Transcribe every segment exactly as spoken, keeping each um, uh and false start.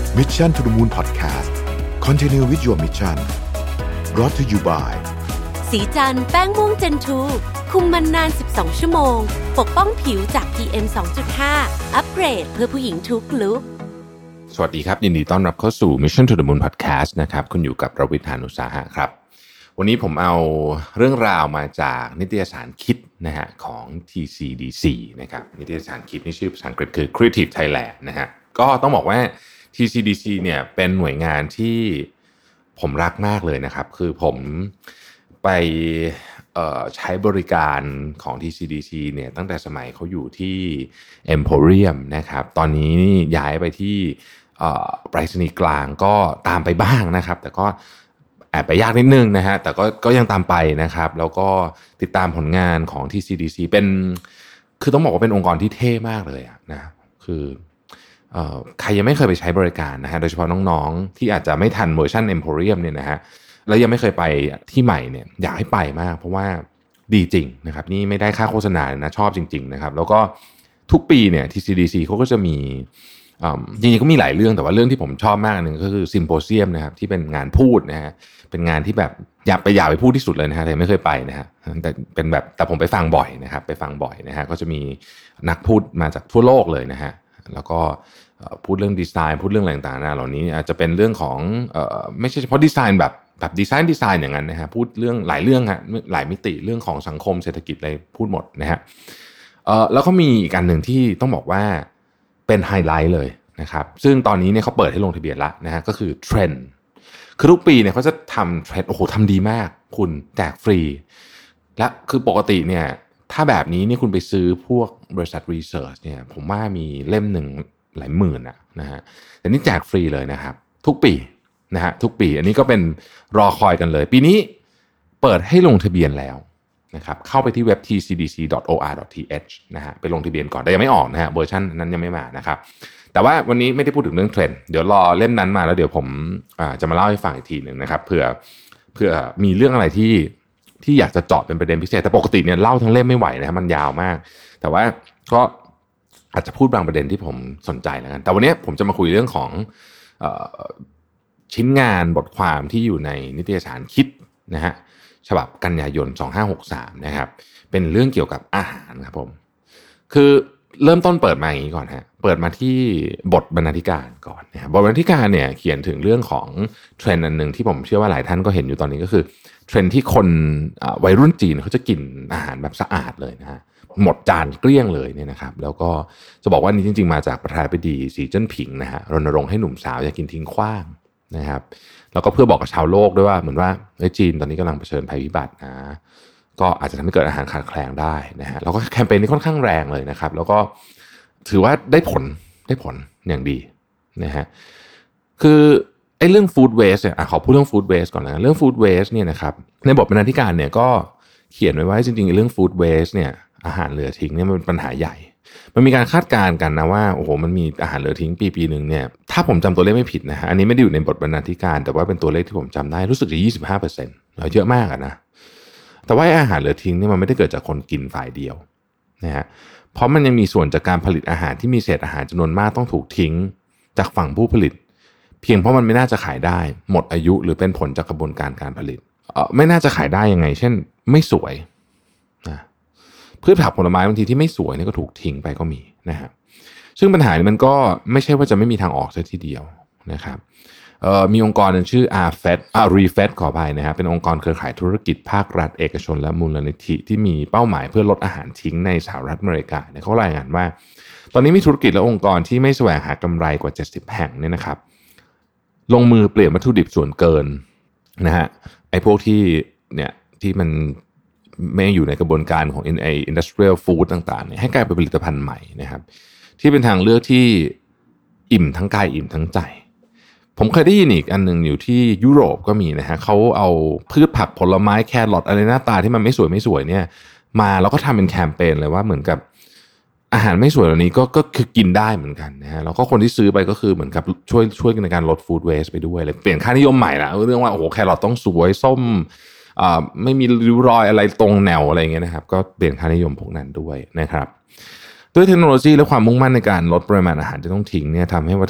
Mission to the Moon Podcast Continue with your mission brought to you by สีจันแป้งม่วงเจนทูคุมมันนานสิบสองชั่วโมงปกป้องผิวจาก พี เอ็ม สองจุดห้า อัปเกรดเพื่อผู้หญิงทุกลุคสวัสดีครับยินดีต้อนรับเข้าสู่ Mission to the Moon Podcast นะครับคุณอยู่กับรวิทย์ หาญอุตสาหะครับวันนี้ผมเอาเรื่องราวมาจากนิตยสารคิดนะฮะของ ที ซี ดี ซี นะครับนิตยสารคิดนี่ชื่อภาษาอังกฤษคือ Creative Thailand นะฮะก็ต้องบอกว่า ที ซี ดี ซี เนี่ยเป็นหน่วยงานที่ผมรักมากเลยนะครับคือผมไปใช้บริการของ ที ซี ดี ซี เนี่ยตั้งแต่สมัยเขาอยู่ที่ Emporium นะครับตอนนี้นี่ย้ายไปที่ไปรษณีย์กลางก็ตามไปบ้างนะครับแต่ก็แอบไปยากนิดนึงนะฮะแต่ก็ก็ยังตามไปนะครับแล้วก็ติดตามผลงานของ ที ซี ดี ซี เป็นคือต้องบอกว่าเป็นองค์กรที่เท่มากเลยนะคือเอ่อใครยังไม่เคยไปใช้บริการนะฮะโดยเฉพาะน้องๆที่อาจจะไม่ทันเวอร์ชัน Emporium เนี่ยนะฮะแล้วยังไม่เคยไปที่ใหม่เนี่ยอยากให้ไปมากเพราะว่าดีจริงนะครับนี่ไม่ได้ค่าโฆษณานะชอบจริงๆนะครับแล้วก็ทุกปีเนี่ย ที ซี ดี ซี เขาก็จะมีจริงๆก็มีหลายเรื่องแต่ว่าเรื่องที่ผมชอบมากนึงก็คือซิมโพเซียมนะครับที่เป็นงานพูดนะฮะเป็นงานที่แบบอยากไปอยากไปพูดที่สุดเลยนะฮะแต่ไม่เคยไปนะฮะแต่เป็นแบบแต่ผมไปฟังบ่อยนะครับไปฟังบ่อยนะฮะก็จะมีนักพูดมาจากทั่วโลกเลยนะฮะแล้วก็พูดเรื่องดีไซน์พูดเรื่องอะไรต่างๆนะเหล่านี้อาจจะเป็นเรื่องของเอ่อไม่ใช่เฉพาะดีไซน์แบบแบบดีไซน์ดีไซน์อย่างนั้นนะฮะพูดเรื่องหลายเรื่องฮะหลายมิติเรื่องของสังคมเศรษฐกิจอะไรพูดหมดนะฮะเอ่อแล้วก็มีอีกอันหนึ่งที่ต้องบอกว่าเป็นไฮไลท์เลยนะครับซึ่งตอนนี้เนี่ยเขาเปิดให้ลงทะเบียนแล้วนะฮะก็คือเทรนด์คือทุกปีเนี่ยเขาจะทำเทรนด์โอ้โหทำดีมากคุณแจกฟรีและคือปกติเนี่ยถ้าแบบนี้นี่คุณไปซื้อพวกบริษัทรีเสิร์ชเนี่ยผมว่ามีเล่มหนึ่งหลายหมื่นอะนะฮะแต่นี่แจกฟรีเลยนะครับทุกปีนะฮะทุกปีอันนี้ก็เป็นรอคอยกันเลยปีนี้เปิดให้ลงทะเบียนแล้วนะครับเข้าไปที่เว็บ ที ซี ดี ซี ดอท โอ อาร์ ดอท ที เอช นะฮะไปลงทะเบียนก่อนแต่ยังไม่ออกนะฮะเวอร์ชันนั้นยังไม่มานะครับแต่ว่าวันนี้ไม่ได้พูดถึงเรื่องเทรนด์เดี๋ยวรอเล่มนั้นมาแล้วเดี๋ยวผมจะมาเล่าให้ฟังอีกทีหนึ่งนะครับเผื่อเผื่อมีเรื่องอะไรที่ที่อยากจะเจาะเป็นประเด็นพิเศษแต่ปกติเนี่ยเล่าทั้งเล่มไม่ไหวนะมันยาวมากแต่ว่าก็อาจจะพูดบางประเด็นที่ผมสนใจแล้วกันแต่วันนี้ผมจะมาคุยเรื่องของเอ่อชิ้นงานบทความที่อยู่ในนิตยสารคิดนะฮะฉบับกันยายนสองพันห้าร้อยหกสิบสามนะครับเป็นเรื่องเกี่ยวกับอาหารครับผมคือเริ่มต้นเปิดมาอย่างนี้ก่อนฮะเปิดมาที่บทบรรณาธิการก่อนนะครับบทบรรณาธิการเนี่ยเขียนถึงเรื่องของเทรนด์อันนึงที่ผมเชื่อว่าหลายท่านก็เห็นอยู่ตอนนี้ก็คือเทรนด์ที่คนวัยรุ่นจีนเขาจะกินอาหารแบบสะอาดเลยนะฮะหมดจานเกลี้ยงเลยเนี่ยนะครับแล้วก็จะบอกว่านี่จริงๆมาจากประธานาธิบดีสีจิ้นผิงนะฮะรณรงค์ให้หนุ่มสาวอย่ากินทิ้งขว้างนะครับแล้วก็เพื่อบอกกับชาวโลกด้วยว่าเหมือนว่าเฮ้ยจีนตอนนี้กำลังเผชิญภัยพิบัตินะก็อาจจะทำให้เกิดอาหารขาดแคลนได้นะฮะแล้วก็แคมเปญนี้ค่อนข้างแรงเลยนะครับแล้วก็ถือว่าได้ผลได้ผลอย่างดีนะฮะคือไอ้เรื่องฟู้ดเวสเนี่ยขอพูดเรื่องฟู้ดเวสก่อนนะเรื่องฟู้ดเวสเนี่ยนะครับในบทบรรณาธิการเนี่ยก็เขียนไว้ว่าจริงๆเรื่องฟู้ดเวสเนี่ยอาหารเหลือทิ้งเนี่ยมันเป็นปัญหาใหญ่มันมีการคาดการณ์กันนะว่าโอ้โหมันมีอาหารเหลือทิ้งปีปีนึงเนี่ยถ้าผมจำตัวเลขไม่ผิดนะฮะอันนี้ไม่ได้อยู่ในบทบรรณาธิการแต่ว่าเป็นตัวเลขที่ผมจำได้รู้สึกจะ ยี่สิบห้าเปอร์เซ็นต์ เยอะมากอะนะแต่ว่าอาหารเหลือทิ้งเนี่ยมันไม่ได้เกิดจากคนกินฝ่ายเดียวนะฮะเพราะมันยังมีส่วนจากการผลิตอาหารที่มีเศษอาหารจำนวนมากต้องถูกทิ้งจากฝั่งผู้ผลิตเพียงเพราะมันไม่น่าจะขายได้หมดอายุหรือเป็นผลจากกระบวนการการผลิตเอ่อไม่น่าจะขายได้ยังไงเช่นไม่สวยนะพืชผักผลไม้บางทีที่ไม่สวยนี่ก็ถูกทิ้งไปก็มีนะฮะซึ่งปัญหานี้มันก็ไม่ใช่ว่าจะไม่มีทางออกซะทีเดียวนะครับเอ่อมีองค์กรนึงชื่อ อาร์ เอฟ อี ดี อ่า รี เอฟ อี ดี ขออภัยนะฮะเป็นองค์กรเครือข่ายธุรกิจภาครัฐเอกชนและมูลนิธิที่มีเป้าหมายเพื่อลดอาหารทิ้งในสหรัฐอเมริกาเนี่ยเขารายงานว่าตอนนี้มีธุรกิจและองค์กรที่ไม่แสวงหากำไรกว่าเจ็ดสิบแห่งเนี่ยนะครับลงมือเปลี่ยนวัตถุดิบส่วนเกินนะฮะไอ้พวกที่เนี่ยที่มันไม่อยู่ในกระบวนการของ industrial food ต่างๆเนี่ยให้กลายเป็นผลิตภัณฑ์ใหม่นะครับที่เป็นทางเลือกที่อิ่มทั้งกายอิ่มทั้งใจผมเคยได้ยินอีกอันนึงอยู่ที่ยุโรปก็มีนะฮะเขาเอาพืชผักผลไม้แครอทอะไรหน้าตาที่มันไม่สวยไม่สวยเนี่ยมาแล้วก็ทำเป็นแคมเปญเลยว่าเหมือนกับอาหารไม่สวยเหล่านี้ก็ก็คือกินได้เหมือนกันนะฮะแล้วก็คนที่ซื้อไปก็คือเหมือนกับช่วยช่วยในการลดฟู้ดเวสต์ไปด้วยเลยเปลี่ยนค่านิยมใหม่ละเรื่องว่าโอ้โหแครอทต้องสวยส้มอ่าไม่มีริ้วรอยอะไรตรงแนวอะไรเงี้ยนะครับก็เปลี่ยนค่านิยมพวกนั้นด้วยนะครับด้วยเทคโนโลยีและความมุ่งมั่นในการลดปริมาณอาหารที่ต้องทิ้งเนี่ยทำให้วัตถุดิบ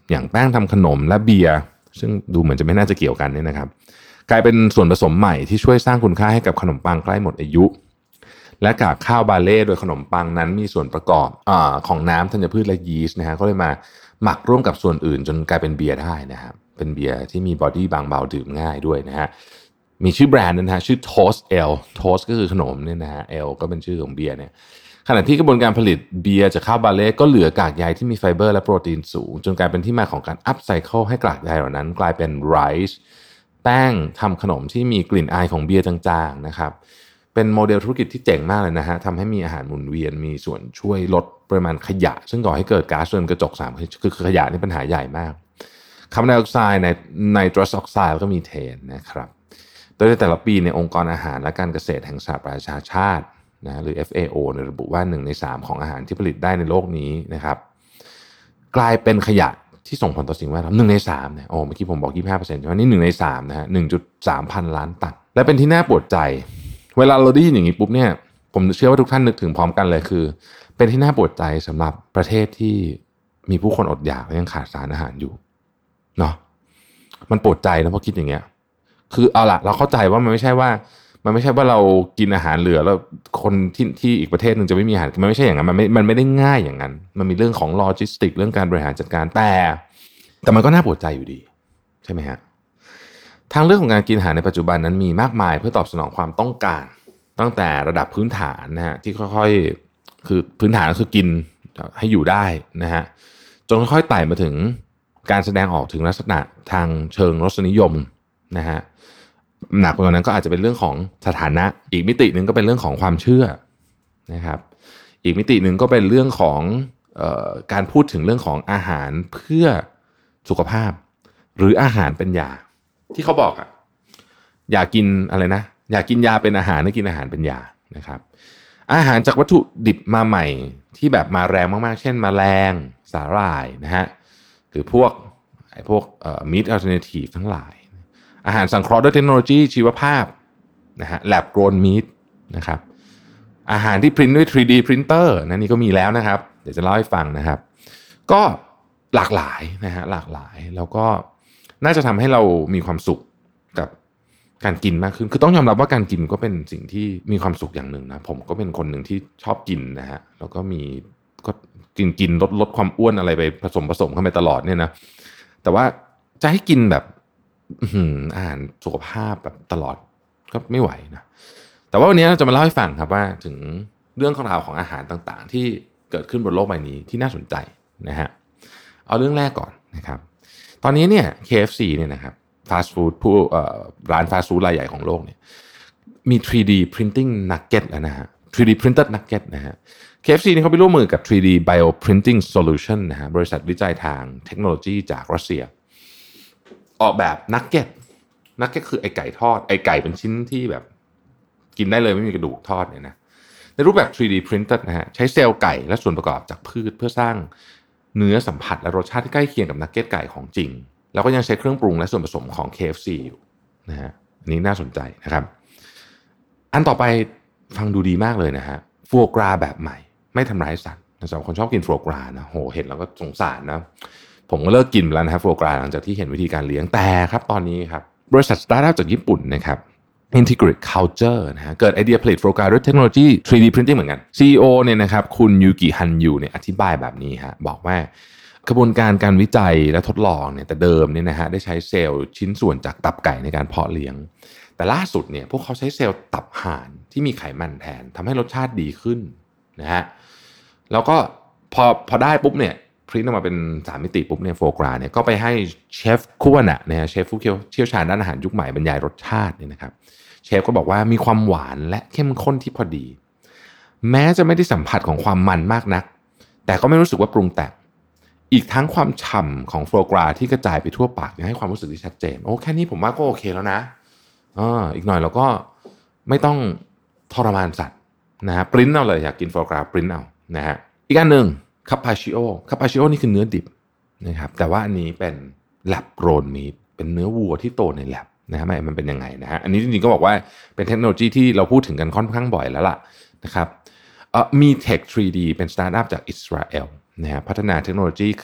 อย่างแป้งทำขนมและเบียร์ซึ่งดูเหมือนจะไม่น่าจะเกี่ยวกันเนี่ยนะครับกลายเป็นส่วนผสมใหม่ที่ช่วยสร้างคุณค่าให้กับขนมปังใกล้หมดอายุและกากข้าวบาเล่โดยขนมปังนั้นมีส่วนประกอบอ่าของน้ำธัญพืชและยีสต์นะฮะก็เลยมาหมักร่วมกับส่วนอื่นจนกลายเป็นเบียร์ได้นะครับเป็นเบียร์ที่มีบอดี้บางเบาดื่มง่ายด้วยนะฮะมีชื่อแบรนด์นะฮะชื่อ Toast Ale Toast ก็คือขนมเนี่ยนะฮะ Ale ก็เป็นชื่อของเบียร์เนี่ยขณะที่กระบวนการผลิตเบียร์จากข้าวบาเล่ก็เหลือกากใยที่มีไฟเบอร์และโปรตีนสูงจนกลายเป็นที่มาของการอัพไซเคิลให้กากใยเหล่านั้นกลายเป็นไรซ์แป้งทำขนมที่มีกลิ่นอายของเบียร์จางๆนะครับเป็นโมเดลธุรกิจที่เจ๋งมากเลยนะฮะทำให้มีอาหารหมุนเวียนมีส่วนช่วยลดปริมาณขยะซึ่งก่อให้เกิดก๊าซเรือนกระจกสามคือขยะนี่ปัญหาใหญ่มากคาร์บอนไดออกไซด์ในไนโตรสออกไซด์แล้วก็มีเทนนะครับโดยในแต่ละปีในองค์กรอาหารและการเกษตรแห่งสหประชาชาตินะหรือ เอฟ เอ โอ เนี่ยระบุว่าหนึ่งในสามของอาหารที่ผลิตได้ในโลกนี้นะครับกลายเป็นขยะที่ส่งผลต่อสิ่งแวดล้อมหนึ่งในสามเนี่ยโอ้เมื่อกี้ผมบอก ยี่สิบห้าเปอร์เซ็นต์ ใช่ไหมนี่หนึ่งในสามนะฮะ หนึ่งจุดสาม พันล้านตันและเป็นที่น่าปวดใจเวลาเราได้ยินอย่างนี้ปุ๊บเนี่ยผมเชื่อว่าทุกท่านนึกถึงพร้อมกันเลยคือเป็นที่น่าปวดใจสำหรับประเทศที่มีผู้คนอดอยากและยังขาดสารอาหารอยู่เนาะมันปวดใจนะพอคิดอย่างเงี้ยคือเอาล่ะเราเข้าใจว่ามันไม่ใช่ว่ามันไม่ใช่ว่าเรากินอาหารเหลือแล้วคนที่ที่อีกประเทศนึงจะไม่มีอาหารมันไม่ใช่อย่างนั้นมันไม่มันไม่ได้ง่ายอย่างนั้นมันมีเรื่องของโลจิสติกเรื่องการบริหารจัดการแต่แต่มันก็น่าปวดใจอยู่ดีใช่ไหมฮะทางเลือกของการกินอาหารในปัจจุบันนั้นมีมากมายเพื่อตอบสนองความต้องการตั้งแต่ระดับพื้นฐานนะฮะที่ค่อยๆคือพื้นฐานก็คือกินให้อยู่ได้นะฮะจนค่อยๆไต่มาถึงการแสดงออกถึงลักษณะทางเชิงรสนิยมนะฮะหนักกว่านั้นก็อาจจะเป็นเรื่องของสถานะอีกมิติหนึ่งก็เป็นเรื่องของความเชื่อนะครับอีกมิติหนึ่งก็เป็นเรื่องของเอ่อการพูดถึงเรื่องของอาหารเพื่อสุขภาพหรืออาหารเป็นยาที่เขาบอกอ่ะอยากกินอะไรนะอยากกินยาเป็นอาหารไม่กินอาหารเป็นยานะครับอาหารจากวัตถุดิบมาใหม่ที่แบบมาแรงมากๆเช่นแมลงสาหร่ายนะฮะหรือพวกไอ้พวกเอ่อ meat alternative ทั้งหลายอาหารสังเคราะห์ด้วยเทคโนโลยีชีวภาพนะฮะ lab grown meat นะครับอาหารที่พิมพ์ด้วย ทรี ดี printer นั่นนี่ก็มีแล้วนะครับเดี๋ยวจะเล่าให้ฟังนะครับก็หลากหลายนะฮะหลากหลายแล้วก็น่าจะทำให้เรามีความสุขกับการกินมากขึ้นคือต้องยอมรับว่าการกินก็เป็นสิ่งที่มีความสุขอย่างหนึ่งนะผมก็เป็นคนหนึ่งที่ชอบกินนะฮะแล้วก็มีก็กินกินลดลดความอ้วนอะไรไปผสมผสมเข้าไปตลอดเนี่ยนะแต่ว่าจะให้กินแบบอาหารสุขภาพแบบตลอดก็ไม่ไหวนะแต่ว่าวันนี้เราจะมาเล่าให้ฟังครับว่าถึงเรื่องของราวของอาหารต่างๆที่เกิดขึ้นบนโลกใบนี้ที่น่าสนใจนะฮะเอาเรื่องแรกก่อนนะครับตอนนี้เนี่ย เค เอฟ ซี เนี่ยนะครับฟาสต์ฟู้ดผู้ร้านฟาสต์ฟู้ดรายใหญ่ของโลกเนี่ยมี ทรี ดี printing nugget แล้วนะฮะ ทรี ดี printed nugget นะฮะ เค เอฟ ซี นี่เขาไปร่วมมือกับ ทรี ดี Bioprinting Solution นะฮะบริษัทวิจัยทางเทคโนโลยีจากรัสเซียออกแบบนักเก็ตนักเก็ตคือไอไก่ทอดไอไก่เป็นชิ้นที่แบบกินได้เลยไม่มีกระดูกทอดเนี่ยนะในรูปแบบ ทรี ดี printed นะฮะใช้เซลล์ไก่และส่วนประกอบจากพืชเพื่อสร้างเนื้อสัมผัสและรสชาติที่ใกล้เคียงกับนักเก็ตไก่ของจริงแล้วก็ยังใช้เครื่องปรุงและส่วนผสมของ เค เอฟ ซี อยู่นะฮะอันนี้น่าสนใจนะครับอันต่อไปฟังดูดีมากเลยนะฮะฟัวกราแบบใหม่ไม่ทำร้ายสัตว์สำหรับคนชอบกินฟัวกรานะโหเห็นแล้วก็สงสารนะผมก็เลิกกินแล้วนะครับฟัวกราหลังจากที่เห็นวิธีการเลี้ยงแต่ครับตอนนี้ครับบริษัทสตาร์ทอัพจากญี่ปุ่นนะครับ Integrate Culture นะฮะเกิดไอเดียผลิตฟัวกราด้วยเทคโนโลยี ทรี ดี Printing เหมือนกัน ซี อี โอ เนี่ยนะครับคุณยูกิฮันยูเนี่ยอธิบายแบบนี้ฮะบอกว่ากระบวนการการวิจัยและทดลองเนี่ยแต่เดิมเนี่ยนะฮะได้ใช้เซลล์ชิ้นส่วนจากตับไก่ในการเพาะเลี้ยงแต่ล่าสุดเนี่ยพวกเขาใช้เซลล์ตับห่านที่มีไขมันแทนทำให้รสชาติดีขึ้นนะฮะแล้วก็พอพอได้ปุ๊บเนี่ยพริ้นออกมาเป็นสามมิติปุ๊บเนี่ยโฟกราเนี่ยก็ไปให้เชฟคุวานะนะฮะเชฟผู้เชี่ยวชาญด้านอาหารยุคใหม่บรรยายรสชาติเนี่ยนะครับเชฟก็บอกว่ามีความหวานและเข้มข้นที่พอดีแม้จะไม่ได้สัมผัสของความมันมากนักแต่ก็ไม่รู้สึกว่าปรุงแต่งอีกทั้งความฉ่ำของโฟกราที่กระจายไปทั่วปากยังให้ความรู้สึกที่ชัดเจนโอ้แค่นี้ผมว่าก็โอเคแล้วนะอ่าอีกหน่อยเราก็ไม่ต้องทรมานสัตว์นะฮะปริ้นเอาเลยอยากกินโฟกราปริ้นเอานะฮะอีกอันหนึ่งคาปาชิโอคาปาชิโอนี่คือเนื้อดิบนะครับแต่ว่าอันนี้เป็นแลบโกรนมีทเป็นเนื้อวัวที่โตในแลบนะฮะมันเป็นยังไงนะฮะอันนี้จริงๆก็บอกว่าเป็นเทคโนโลยีที่เราพูดถึงกันค่อนข้างบ่อยแล้วล่ะนะครับเอ่อมี Tech ทรี ดี เป็นสตาร์ทอัพจากอิสราเอลนะฮะพัฒนาเทคโนโลยีเครื่อง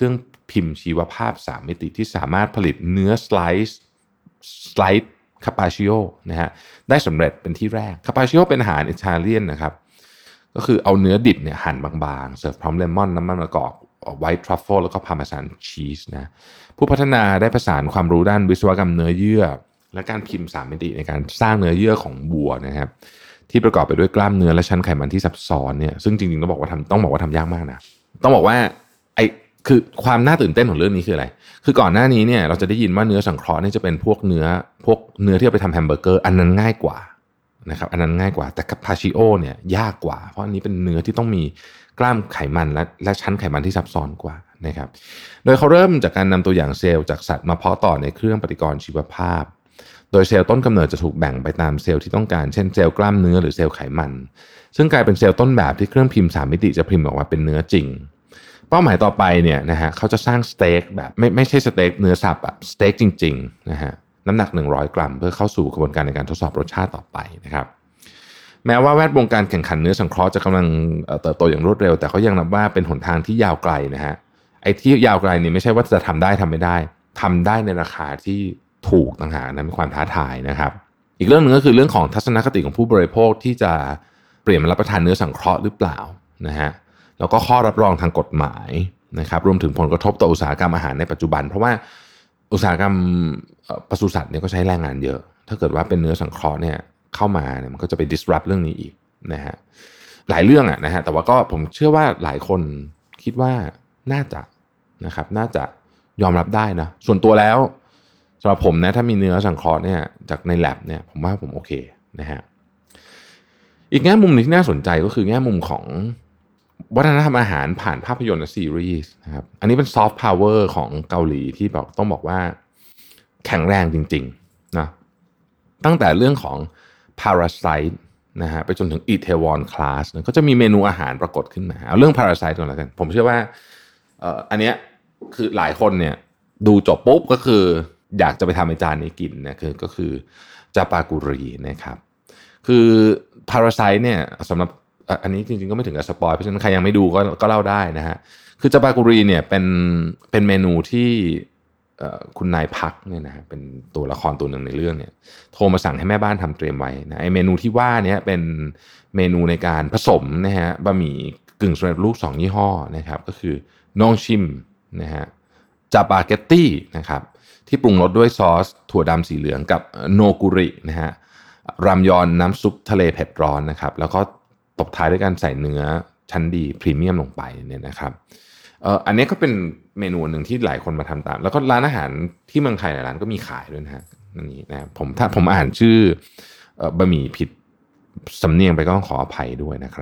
พิมพ์ชีวภาพสามมิติที่สามารถผลิตเนื้อสไลซ์สไลซ์คาปาชิโอนะฮะได้สำเร็จเป็นที่แรกคาปาชิโอเป็นอาหารอิตาเลียนนะครับก็คือเอาเนื้อดิบเนี่ยหั่นบางๆเสิร์ฟพร้อมเลมอนน้ำมันมะกอกไวท์ทรัฟเฟิลแล้วก็พาร์เมซานชีสนะผู้พัฒนาได้ประสานความรู้ด้านวิศวกรรมเนื้อเยื่อและการพิมพ์สามมิติในการสร้างเนื้อเยื่อของวัวนะครับที่ประกอบไปด้วยกล้ามเนื้อและชั้นไขมันที่ซับซ้อนเนี่ยซึ่งจริงๆต้องบอกว่าทำต้องบอกว่าทำยากมากนะต้องบอกว่าไอคือความน่าตื่นเต้นของเรื่องนี้คืออะไรคือก่อนหน้านี้เนี่ยเราจะได้ยินว่าเนื้อสังเคราะห์นี่จะเป็นพวกเนื้อพวกเนื้อที่เอาไปทำแฮมเบอร์เกอร์อันนั้นง่ายกว่านะครับอันนั้นง่ายกว่าแต่คาปาชิโอเนี่ยยากกว่าเพราะอันนี้เป็นเนื้อที่ต้องมีกล้ามไขมันและและชั้นไขมันที่ซับซ้อนกว่านะครับโดยเขาเริ่มจากการนำตัวอย่างเซลล์จากสัตว์มาเพาะต่อในเครื่องปฏิกรณ์ชีวภาพโดยเซลล์ต้นกำเนิดจะถูกแบ่งไปตามเซลล์ที่ต้องการเช่นเซลล์กล้ามเนื้อหรือเซลล์ไขมันซึ่งกลายเป็นเซลล์ต้นแบบที่เครื่องพิมพ์สามมิติจะพิมพ์ออกมาเป็นเนื้อจริงเป้าหมายต่อไปเนี่ยนะฮะเขาจะสร้างสเต็กแบบไม่ไม่ใช่สเต็กเนื้อสับอะสเต็กจริงๆนะฮะน้ำหนักหนึ่งร้อยกรัมเพื่อเข้าสู่กระบวนการในการทดสอบรสชาติต่อไปนะครับแม้ว่าแวดวงการแข่งขันเนื้อสังเคราะห์จะกำลังเติบโตอย่างรวดเร็วแต่เขายังนับว่าเป็นหนทางที่ยาวไกลนะฮะไอ้ที่ยาวไกลนี่ไม่ใช่ว่าจะทำได้ทำไม่ได้ทำได้ในราคาที่ถูกต่างหากนั้นเป็นความท้าทายนะครับอีกเรื่องนึงก็คือเรื่องของทัศนคติของผู้บริโภคที่จะเปลี่ยนมารับประทานเนื้อสังเคราะห์หรือเปล่านะฮะแล้วก็ข้อรับรองทางกฎหมายนะครับรวมถึงผลกระทบต่ออุตสาหกรรมอาหารในปัจจุบันเพราะว่าอุตสาหกรรมปศุสัตว์เนี่ยก็ใช้แรงงานเยอะถ้าเกิดว่าเป็นเนื้อสังเคราะห์เนี่ยเข้ามาเนี่ยมันก็จะไป disrupt เรื่องนี้อีกนะฮะหลายเรื่องอะนะฮะแต่ว่าก็ผมเชื่อว่าหลายคนคิดว่าน่าจะนะครับน่าจะยอมรับได้นะส่วนตัวแล้วสำหรับผมนะถ้ามีเนื้อสังเคราะห์เนี่ยจากใน lab เนี่ยผมว่าผมโอเคนะฮะอีกแง่มุมนึงที่น่าสนใจก็คือแง่มุมของวัฒนธรรมอาหารผ่านภาพยนตร์และซีรีส์นะครับอันนี้เป็นซอฟต์พาวเวอร์ของเกาหลีที่บอกต้องบอกว่าแข็งแรงจริงๆนะตั้งแต่เรื่องของ Parasite นะฮะไปจนถึง Itaewon Class นะก็จะมีเมนูอาหารปรากฏขึ้นมาเอาเรื่อง Parasite ก่อนแล้วกันผมเชื่อว่าเอ่ออันเนี้ยคือหลายคนเนี่ยดูจบปุ๊บก็คืออยากจะไปทำในจานนี้กินนะคือก็คือจาปากุรีนะครับคือ Parasite เนี่ยสำหรับอันนี้จริงๆก็ไม่ถึงกับสปอยเพราะฉะนั้นใครยังไม่ดูก็ก็เล่าได้นะฮะคือจาปากุรีเนี่ยเป็นเป็นเมนูที่คุณนายพักเนี่ยนะเป็นตัวละครตัวหนึ่งในเรื่องเนี่ยโทรมาสั่งให้แม่บ้านทำเตรียมไว้นะไอเมนูที่ว่านี้เป็นเมนูในการผสมนะฮะบะหมี่กึ่งสำเร็จรูปสองยี่ห้อนะครับก็คือนองชิมนะฮะจาปาเกตตี้นะครับที่ปรุงรสด้วยซอสถั่วดำสีเหลืองกับโนกุรินะฮะรามยอนน้ำซุปทะเลเผ็ดร้อนนะครับแล้วก็ตบท้ายด้วยการใส่เนื้อชั้นดีพรีเมียมลงไปเนี่ยนะครับเอ่ออันนี้ก็เป็นเมนูหนึ่งที่หลายคนมาทำตามแล้วก็ร้านอาหารที่เมืองไทยหลายร้านก็มีขายด้วยนะฮะนั่นนี่นะผมถ้าผมอ่านชื่อเอ่อบะหมี่ผิดสำเนียงไปก็ต้องขออภัยด้วยนะครับ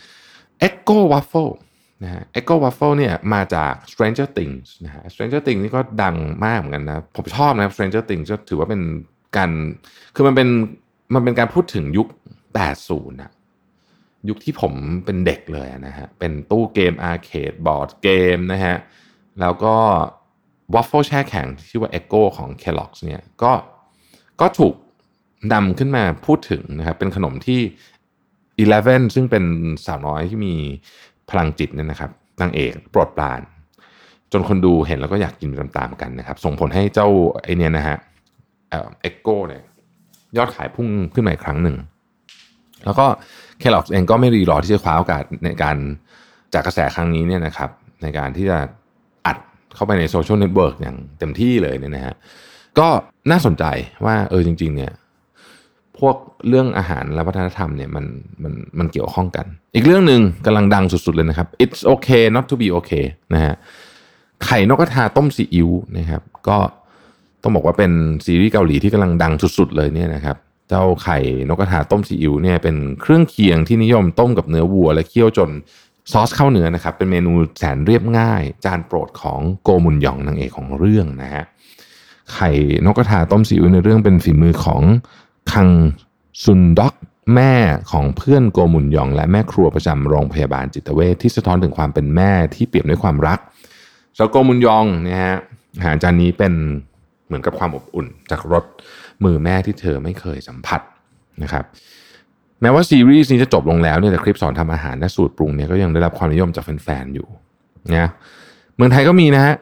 Eggo Waffle นะฮะ Eggo Waffle เนี่ยมาจาก Stranger Things นะฮะ Stranger Things นี่ก็ดังมากเหมือนกันนะผมชอบนะ Stranger Things ก็ถือว่าเป็นการคือมันเป็นมันเป็นการพูดถึงยุคแปดสิบนะยุคที่ผมเป็นเด็กเลยนะฮะเป็นตู้เกมอาร์เคดบอร์ดเกมนะฮะแล้วก็วอฟเฟิลแช่แข็งที่ชื่อว่า Eggo ของ Kellogg's เนี่ยก็ก็ถูกนำขึ้นมาพูดถึงนะครับเป็นขนมที่สิบเอ็ดซึ่งเป็นสาวน้อยที่มีพลังจิตเนี่ยนะครับนางเอกโปรดปรานจนคนดูเห็นแล้วก็อยากกินตามๆกันนะครับส่งผลให้เจ้าไอเนี่ยนะฮะเอ่อ Eggo เนี่ยยอดขายพุ่งขึ้นมาอีกครั้งหนึ่งแล้วก็ Kellogg's เองก็ไม่รีรอที่จะคว้าโอกาสในการจากกระแสครั้งนี้เนี่ยนะครับในการที่จะอัดเข้าไปในโซเชียลเน็ตเวิร์กอย่างเต็มที่เลยเนี่ยนะฮะก็น่าสนใจว่าเออจริงๆเนี่ยพวกเรื่องอาหารและวัฒนธรรมเนี่ยมันมันมันเกี่ยวข้องกันอีกเรื่องนึงกำลังดังสุดๆเลยนะครับ It's okay not to be okay นะฮะไข่นกกระทาต้มซีอิ๊วนะครับก็ต้องบอกว่าเป็นซีรีส์เกาหลีที่กำลังดังสุดๆเลยเนี่ยนะครับเจ้าไข่นกกระทาต้มซีอิ๊วเนี่ยเป็นเครื่องเคียงที่นิยมต้มกับเนื้อวัวและเคี่ยวจนซอสเข้าเนื้อนะครับเป็นเมนูแสนเรียบง่ายจานโปรดของโกมุนยองนางเอกของเรื่องนะฮะไข่นกกระทาต้มซีอิ๊วในเรื่องเป็นฝีมือของคังซุนด็อกแม่ของเพื่อนโกมุนยองและแม่ครัวประจำโรงพยาบาลจิตเวชที่สะท้อนถึงความเป็นแม่ที่เปี่ยมด้วยความรักสำหรับโกมุนยองนะฮะอาหารจานนี้เป็นเหมือนกับความอบอุ่นจากรสมือแม่ที่เธอไม่เคยสัมผัสนะครับแม้ว่าซีรีส์นี้จะจบลงแล้วเนี่ยแต่คลิปสอนทำอาหารและสูตรปรุงเนี่ยก็ยังได้รับความนิยมจากแฟนๆอยู่นะเมืองไทยก็มีนะฮะ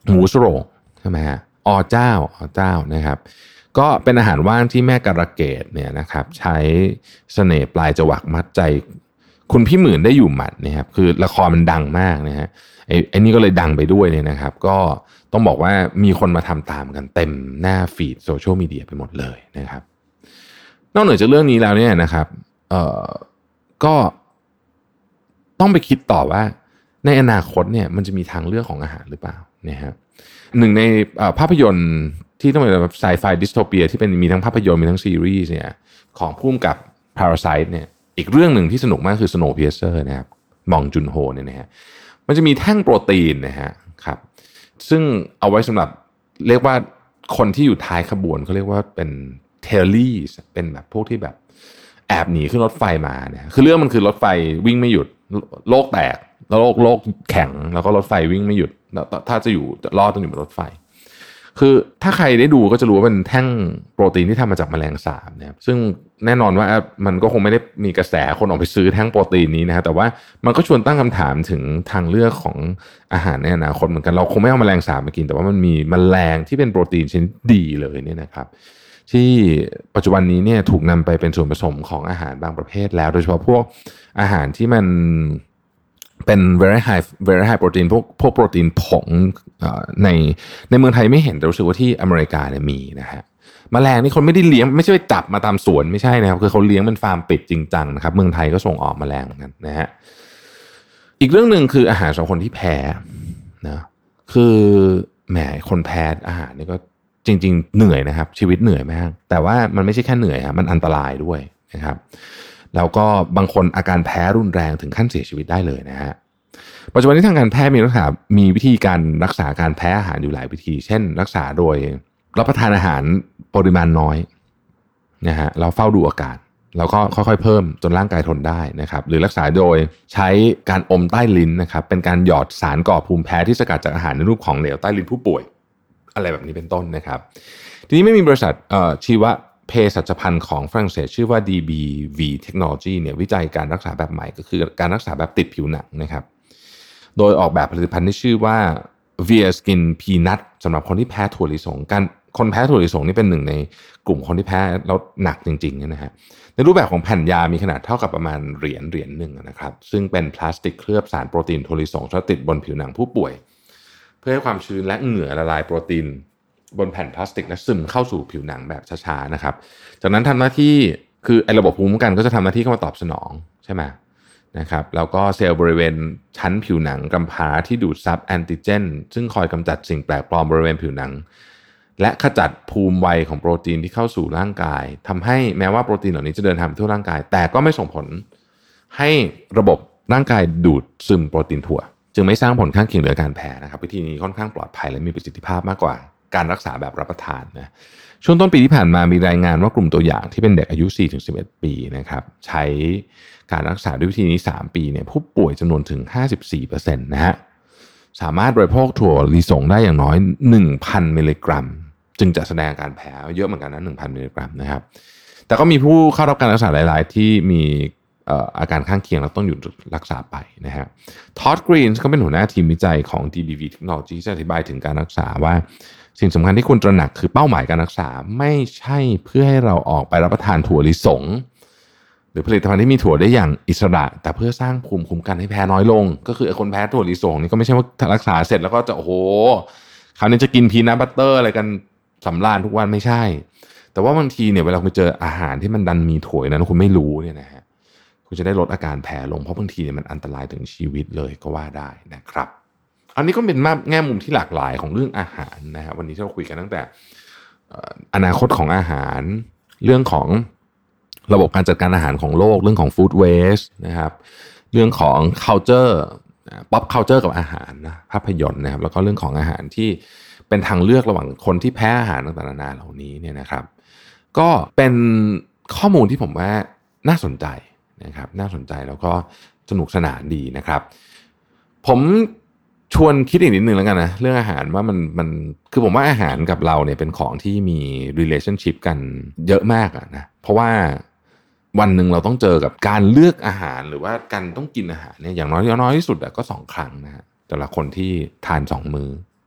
หมูสโรงใช่ไหมฮะอเจ้าอเจ้านะครับก็เป็นอาหารว่างที่แม่กระเกดเนี่ยนะครับใช้เสน่ห์ปลายจวักมัดใจคุณพี่หมื่นได้อยู่หมัดนะครับคือละครมันดังมากนะฮะไอ้ไอ้นี่ก็เลยดังไปด้วยเนี่ยนะครับก็ต้องบอกว่ามีคนมาทำตามกันเต็มหน้าฟีดโซเชียลมีเดียไปหมดเลยนะครับนอกเหนือจากเรื่องนี้แล้วเนี่ยนะครับเอ่อก็ต้องไปคิดต่อว่าในอนาคตเนี่ยมันจะมีทางเลือกของอาหารหรือเปล่านะฮะหนึ่งในภาพยนตร์ที่ต้องเป็นแบบไซไฟดิสโทเปียที่เป็นมีทั้งภาพยนตร์มีทั้งซีรีส์เนี่ยของผู้กำกับ Parasite เนี่ยอีกเรื่องหนึ่งที่สนุกมากคือ Snowpiercer นะครับมองจุนโฮเนี่ยนะฮะมันจะมีแท่งโปรตีนนะฮะครับซึ่งเอาไว้สำหรับเรียกว่าคนที่อยู่ท้ายขบวนเขาเรียกว่าเป็นเทลลี่เป็นแบบพวกที่แบบแอบหนีขึ้นรถไฟมาเนี่ยคือเรื่องมันคือรถไฟวิ่งไม่หยุดโลกแตกแล้วโลกโลกแข็งแล้วก็รถไฟวิ่งไม่หยุดถ้าจะอยู่รอดต้องอยู่บนรถไฟคือถ้าใครได้ดูก็จะรู้ว่าเป็นแท่งโปรตีนที่ทำมาจากแมลงสาบนะครับซึ่งแน่นอนว่ามันก็คงไม่ได้มีกระแสคนออกไปซื้อแท่งโปรตีนนี้นะฮะแต่ว่ามันก็ชวนตั้งคำถามถึงทางเลือกของอาหารในอนาคตเหมือนกันเราคงไม่เอาแมลงสาบมากินแต่ว่ามันมีแมลงที่เป็นโปรตีนชนิดดีเลยเนี่ยนะครับที่ปัจจุบันนี้เนี่ยถูกนำไปเป็นส่วนผสมของอาหารบางประเภทแล้วโดยเฉพาะพวกอาหารที่มันเป็น very high very high protein พวกพวกโปรตีนผงในในเมืองไทยไม่เห็นแต่รู้สึกว่าที่อเมริกาเนี่ยมีนะฮะแมลงนี่คนไม่ได้เลี้ยงไม่ใช่ไปจับมาตามสวนไม่ใช่นะครับคือเขาเลี้ยงเป็นฟาร์มปิดจริงจังนะครับเมืองไทยก็ส่งออกแมลงเหมือนกันนะฮะอีกเรื่องหนึ่งคืออาหารสำหรับคนที่แพ้นะคือแหมคนแพ้อาหารนี่ก็จริงๆเหนื่อยนะครับชีวิตเหนื่อยมากแต่ว่ามันไม่ใช่แค่เหนื่อยครับมันอันตรายด้วยนะครับแล้วก็บางคนอาการแพ้รุนแรงถึงขั้นเสียชีวิตได้เลยนะฮะปัจจุบันนี้ทางการแพทย์มีรักษามีวิธีการรักษาการแพ้อาหารอยู่หลายวิธีเช่นรักษาโดยรับประทานอาหารปริมาณน้อยนะฮะเราเฝ้าดูอาการแล้วก็ค่อยๆเพิ่มจนร่างกายทนได้นะครับหรือรักษาโดยใช้การอมใต้ลิ้นนะครับเป็นการหยอดสารก่อภูมิแพ้ที่สกัดจากอาหารในรูปของเหลวใต้ลิ้นผู้ป่วยอะไรแบบนี้เป็นต้นนะครับทีนี้ไม่มีบริษัทชีวเภสัชภัณฑ์ของฝรั่งเศสชื่อว่า ดี บี วี Technology เนี่ยวิจัยการรักษาแบบใหม่ก็คือการรักษาแบบติดผิวหนังนะครับโดยออกแบบผลิตภัณฑ์ที่ชื่อว่า Via Skin Peanut สำหรับคนที่แพ้ถั่วลิสงการคนแพ้ถั่วลิสงนี่เป็นหนึ่งในกลุ่มคนที่แพ้แล้วหนักจริงๆนะฮะในรูปแบบของแผ่นยามีขนาดเท่ากับประมาณเหรียญเหรียญหนึ่งนะครับซึ่งเป็นพลาสติกเคลือบสารโปรตีนถั่วลิสงที่ติดบนผิวหนังผู้ป่วยเพื่อให้ความชื้นและเหงื่อละลายโปรตีนบนแผ่นพลาสติกและซึมเข้าสู่ผิวหนังแบบช้าๆนะครับจากนั้นทำหน้าที่คือไอ้ระบบภูมิคุ้มกันก็จะทำหน้าที่เข้ามาตอบสนองใช่ไหมนะครับแล้วก็เซลล์บริเวณชั้นผิวหนังกำพร้าที่ดูดซับแอนติเจนซึ่งคอยกำจัดสิ่งแปลกปลอมบริเวณผิวหนังและขจัดภูมิไวของโปรตีนที่เข้าสู่ร่างกายทำให้แม้ว่าโปรตีนเหล่านี้จะเดินทางไปทั่วร่างกายแต่ก็ไม่ส่งผลให้ระบบร่างกายดูดซึมโปรตีนถั่วจึงไม่สร้างผลข้างเคียงหรือการแพ้นะครับวิธีนี้ค่อนข้างปลอดภัยและมีประสิทธิภาพมากกว่าการรักษาแบบรับประทานนะช่วงต้นปีที่ผ่านมามีรายงานว่ากลุ่มตัวอย่างที่เป็นเด็กอายุ สี่ถึงสิบเอ็ด ปีนะครับใช้การรักษาด้วยวิธีนี้สามปีเนี่ยผู้ป่วยจำนวนถึง ห้าสิบสี่เปอร์เซ็นต์ นะฮะสามารถบริโภคถั่วลิสงได้อย่างน้อย หนึ่งพัน มิลลิกรัมจึงจะแสดงการแพ้เยอะเหมือนกันนะ หนึ่งพัน มิลลิกรัมนะครับแต่ก็มีผู้เข้ารับการรักษาหลายๆที่มีอาการข้างเคียงแล้วต้องหยุดรักษาไปนะฮะทอดกรีนส์ก็เป็นหัวหน้าทีมวิจัยของ ดี บี วี Technology จะอธิบายถึงการรักษาว่าสิ่งสำคัญที่ควรตระหนักคือเป้าหมายการรักษาไม่ใช่เพื่อให้เราออกไปรับประทานถั่วลิสงหรือผลิตภัณฑ์ที่มีถั่วได้อย่างอิสระแต่เพื่อสร้างภูมิคุ้มกันให้แพ้น้อยลงก็คือคนแพ้ถั่วลิสงนี่ก็ไม่ใช่ว่ารักษาเสร็จแล้วก็จะโอ้โหคราวนี้จะกินพีนัทบัตเตอร์อะไรกันสำราญทุกวันไม่ใช่แต่ว่าบางทีเนี่ยเวลาคุณเจออาหารที่มันดันมีถั่วนั้นคุณไม่รู้เนี่ยนะฮะคุณจะได้ลดอาการแพ้ลงเพราะบางทีเนี่ยมันอันตรายถึงชีวิตเลยก็ว่าได้นะครับอันนี้ก็เป็นแง่มุมที่หลากหลายของเรื่องอาหารนะฮะวันนี้ที่เราคุยกันตั้งแต่อนาคตของอาหารเรื่องของระบบการจัดการอาหารของโลกเรื่องของ food waste นะครับเรื่องของ culture pop culture กับอาหารนะภาพยนตร์นะครับแล้วก็เรื่องของอาหารที่เป็นทางเลือกระหว่างคนที่แพ้อาหารต่างๆนานาเหล่านี้เนี่ยนะครับก็เป็นข้อมูลที่ผมว่าน่าสนใจนะครับน่าสนใจแล้วก็สนุกสนานดีนะครับผมชวนคิดอีกนิดนึงแล้วกันนะเรื่องอาหารว่ามันมันคือผมว่าอาหารกับเราเนี่ยเป็นของที่มี relationship กันเยอะมากอะนะเพราะว่าวันหนึ่งเราต้องเจอกับการเลือกอาหารหรือว่าการต้องกินอาหารเนี่ยอย่างน้อยน้อยที่สุดก็สองครั้งนะฮะแต่ละคนที่ทานสองมื้อ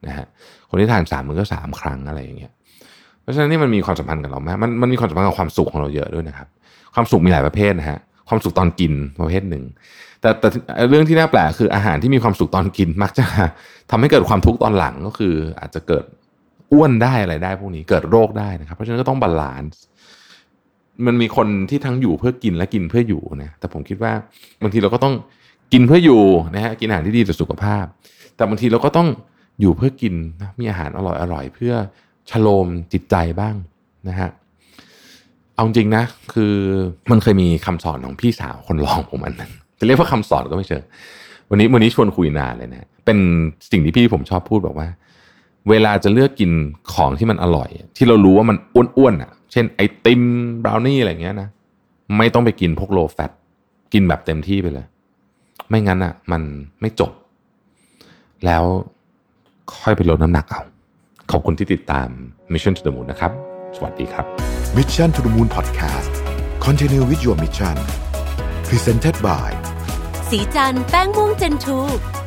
นะฮะคนที่ทานสามมื้อก็สามครั้งอะไรอย่างเงี้ยเพราะฉะนั้นนี่มันมีความสัมพันธ์กับเราไหมมันมันมีความสัมพันธ์กับความสุขของเราเยอะด้วยนะครับความสุขมีหลายประเภทนะฮะความสุขตอนกินประเภทหนึ่งแต่แต่เรื่องที่น่าแปลกคืออาหารที่มีความสุขตอนกินมักจะทำให้เกิดความทุกข์ตอนหลังก็คืออาจจะเกิดอ้วนได้อะไรได้พวกนี้เกิดโรคได้นะครับเพราะฉะนั้นก็ต้องบาลานซ์มันมีคนที่ทั้งอยู่เพื่อกินและกินเพื่ออยู่นะแต่ผมคิดว่าบางทีเราก็ต้องกินเพื่ออยู่นะฮะกินอาหารที่ดีต่อสุขภาพแต่บางทีเราก็ต้องอยู่เพื่อกินนะมีอาหารอร่อยอร่อยเพื่อชโลมจิตใจบ้างนะฮะเอาจริงนะคือมันเคยมีคำสอนของพี่สาวคนรองผมอันนึงจะเรียกว่าคำสอนก็ไม่เชิงวันนี้วันนี้ชวนคุยนานเลยนะเป็นสิ่งที่พี่ผมชอบพูดบอกว่าเวลาจะเลือกกินของที่มันอร่อยที่เรารู้ว่ามันอ้วนๆอ่ะเช่นไอติมบราวนี่อะไรเงี้ยนะไม่ต้องไปกินพวกโลแฟตกินแบบเต็มที่ไปเลยไม่งั้นอ่ะมันไม่จบแล้วค่อยไปลดน้ำหนักเอาขอบคุณที่ติดตาม Mission to the Moon นะครับสวัสดีครับ Mission to the Moon Podcast Continue with your mission Presented by สีจันทร์แป้งม่วงเจนทู